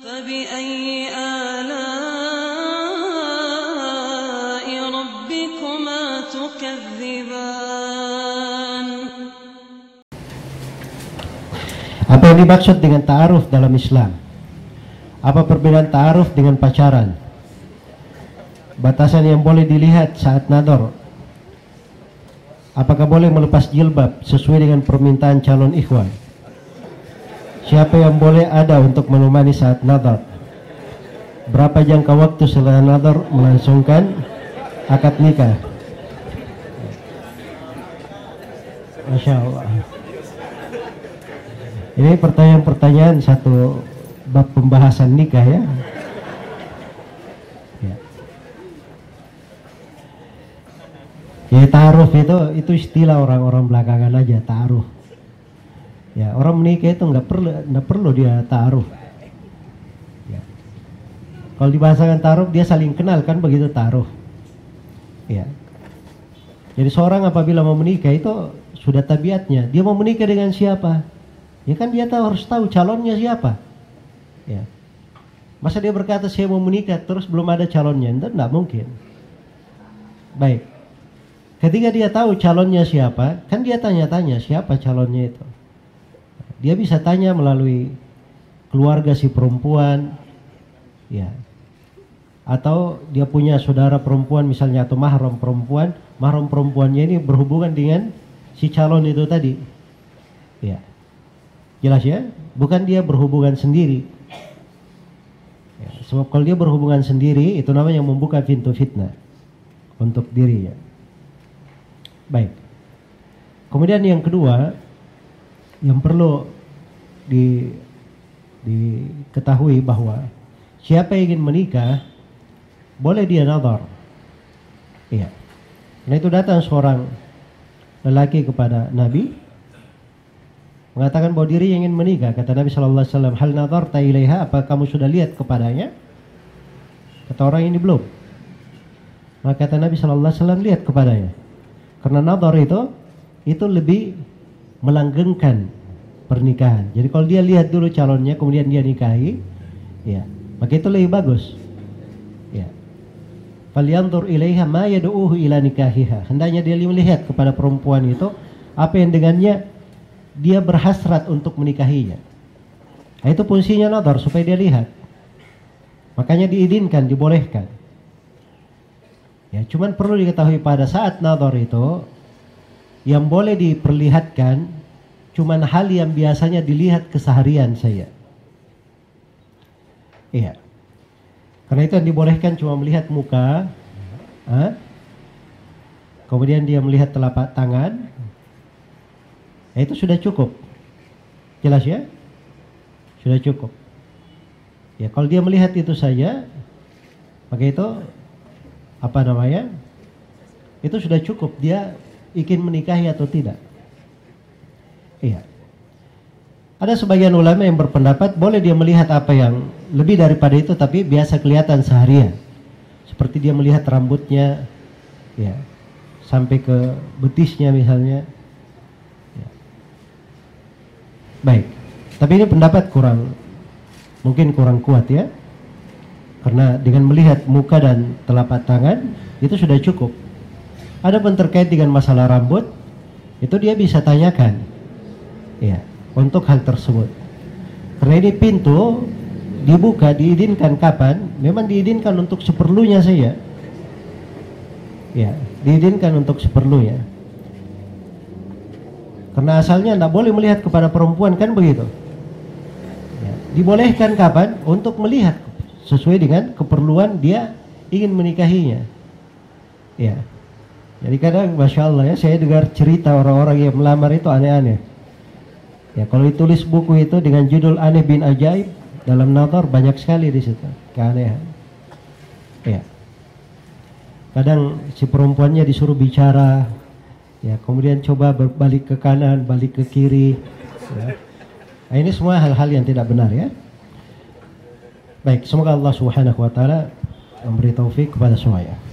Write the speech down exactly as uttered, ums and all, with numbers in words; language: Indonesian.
فبأي آلاء ربكما تكذبان. Apa yang dimaksud dengan ta'aruf dalam Islam? Apa perbedaan ta'aruf dengan pacaran? Batasan yang boleh dilihat saat nador. Apakah boleh melepas jilbab sesuai dengan permintaan calon ikhwan? Siapa yang boleh ada untuk menemani saat nador? Berapa jangka waktu setelah nador melangsungkan akad nikah? Masya Allah. Ini pertanyaan-pertanyaan satu bab pembahasan nikah ya. Ya. Ya ta'aruf itu itu istilah orang-orang belakangan aja, ta'aruf. Ya, orang menikah itu nggak perlu nggak perlu dia ta'aruf. Ya. Kalau dibahasakan ta'aruf dia saling kenal kan begitu ta'aruf. Ya. Jadi seorang apabila mau menikah itu sudah tabiatnya, dia mau menikah dengan siapa? Ya kan dia tahu, harus tahu calonnya siapa. Ya. Masa dia berkata saya mau menikah terus belum ada calonnya? Itu tidak mungkin. Baik. Ketika dia tahu calonnya siapa, kan dia tanya-tanya siapa calonnya itu. Dia bisa tanya melalui keluarga si perempuan, ya. Atau dia punya saudara perempuan misalnya atau mahram perempuan, mahram perempuannya ini berhubungan dengan si calon itu tadi. Ya. Jelas ya? Bukan dia berhubungan sendiri. Ya, sebab kalau dia berhubungan sendiri, itu namanya membuka pintu fitnah untuk dirinya. Baik. Kemudian yang kedua, yang perlu di, diketahui bahwa siapa yang ingin menikah, boleh dia nadhar. Iya. Karena itu datang seorang lelaki kepada Nabi, mengatakan bahwa diri ingin menikah. Kata Nabi shallallahu alaihi wasallam, hal nadharta ilaiha, apa kamu sudah lihat kepadanya? Kata orang ini belum. Maka kata Nabi shallallahu alaihi wasallam, lihat kepadanya. Karena nadhar itu itu lebih melanggengkan pernikahan. Jadi kalau dia lihat dulu calonnya kemudian dia nikahi, ya, maka itu lebih bagus. Ya. Falyanzur ilaiha ma yad'uhu ila nikahiha. Hendaknya dia melihat kepada perempuan itu apa yang dengannya dia berhasrat untuk menikahinya. Nah, itu fungsinya nadhar, supaya dia lihat. Makanya diizinkan, dibolehkan. Ya, cuman perlu diketahui pada saat nadhar itu yang boleh diperlihatkan cuman hal yang biasanya dilihat keseharian saya. Iya. Karena itu yang dibolehkan cuma melihat muka, ha? Kemudian dia melihat telapak tangan. Nah, itu sudah cukup. Jelas ya? Sudah cukup. Ya, kalau dia melihat itu saja, maka itu apa namanya? Itu sudah cukup. Dia ingin menikahi atau tidak. Iya. Ada sebagian ulama yang berpendapat boleh dia melihat apa yang lebih daripada itu tapi biasa kelihatan seharian. Seperti dia melihat rambutnya, ya, sampai ke betisnya misalnya. Baik, tapi ini pendapat kurang, mungkin kurang kuat ya. Karena dengan melihat muka dan telapak tangan itu sudah cukup. Adapun terkait dengan masalah rambut, itu dia bisa tanyakan, ya, untuk hal tersebut. Karena ini pintu dibuka, diizinkan kapan? Memang diizinkan untuk seperlunya saja. Ya, diizinkan untuk seperlunya. Karena asalnya tidak boleh melihat kepada perempuan kan begitu. Ya. Dibolehkan kapan? Untuk melihat sesuai dengan keperluan dia ingin menikahinya. Ya. Jadi kadang masya Allah ya, saya dengar cerita orang-orang yang melamar itu aneh-aneh. Ya, kalau ditulis buku itu dengan judul Aneh bin Ajaib dalam nadhar banyak sekali di situ keanehan. Ya. Kadang si perempuannya disuruh bicara. Ya, kemudian coba berbalik ke kanan, balik ke kiri. Ya. Nah, ini semua hal-hal yang tidak benar ya. Baik, semoga Allah Subhanahu wa taala memberi taufik kepada semuanya.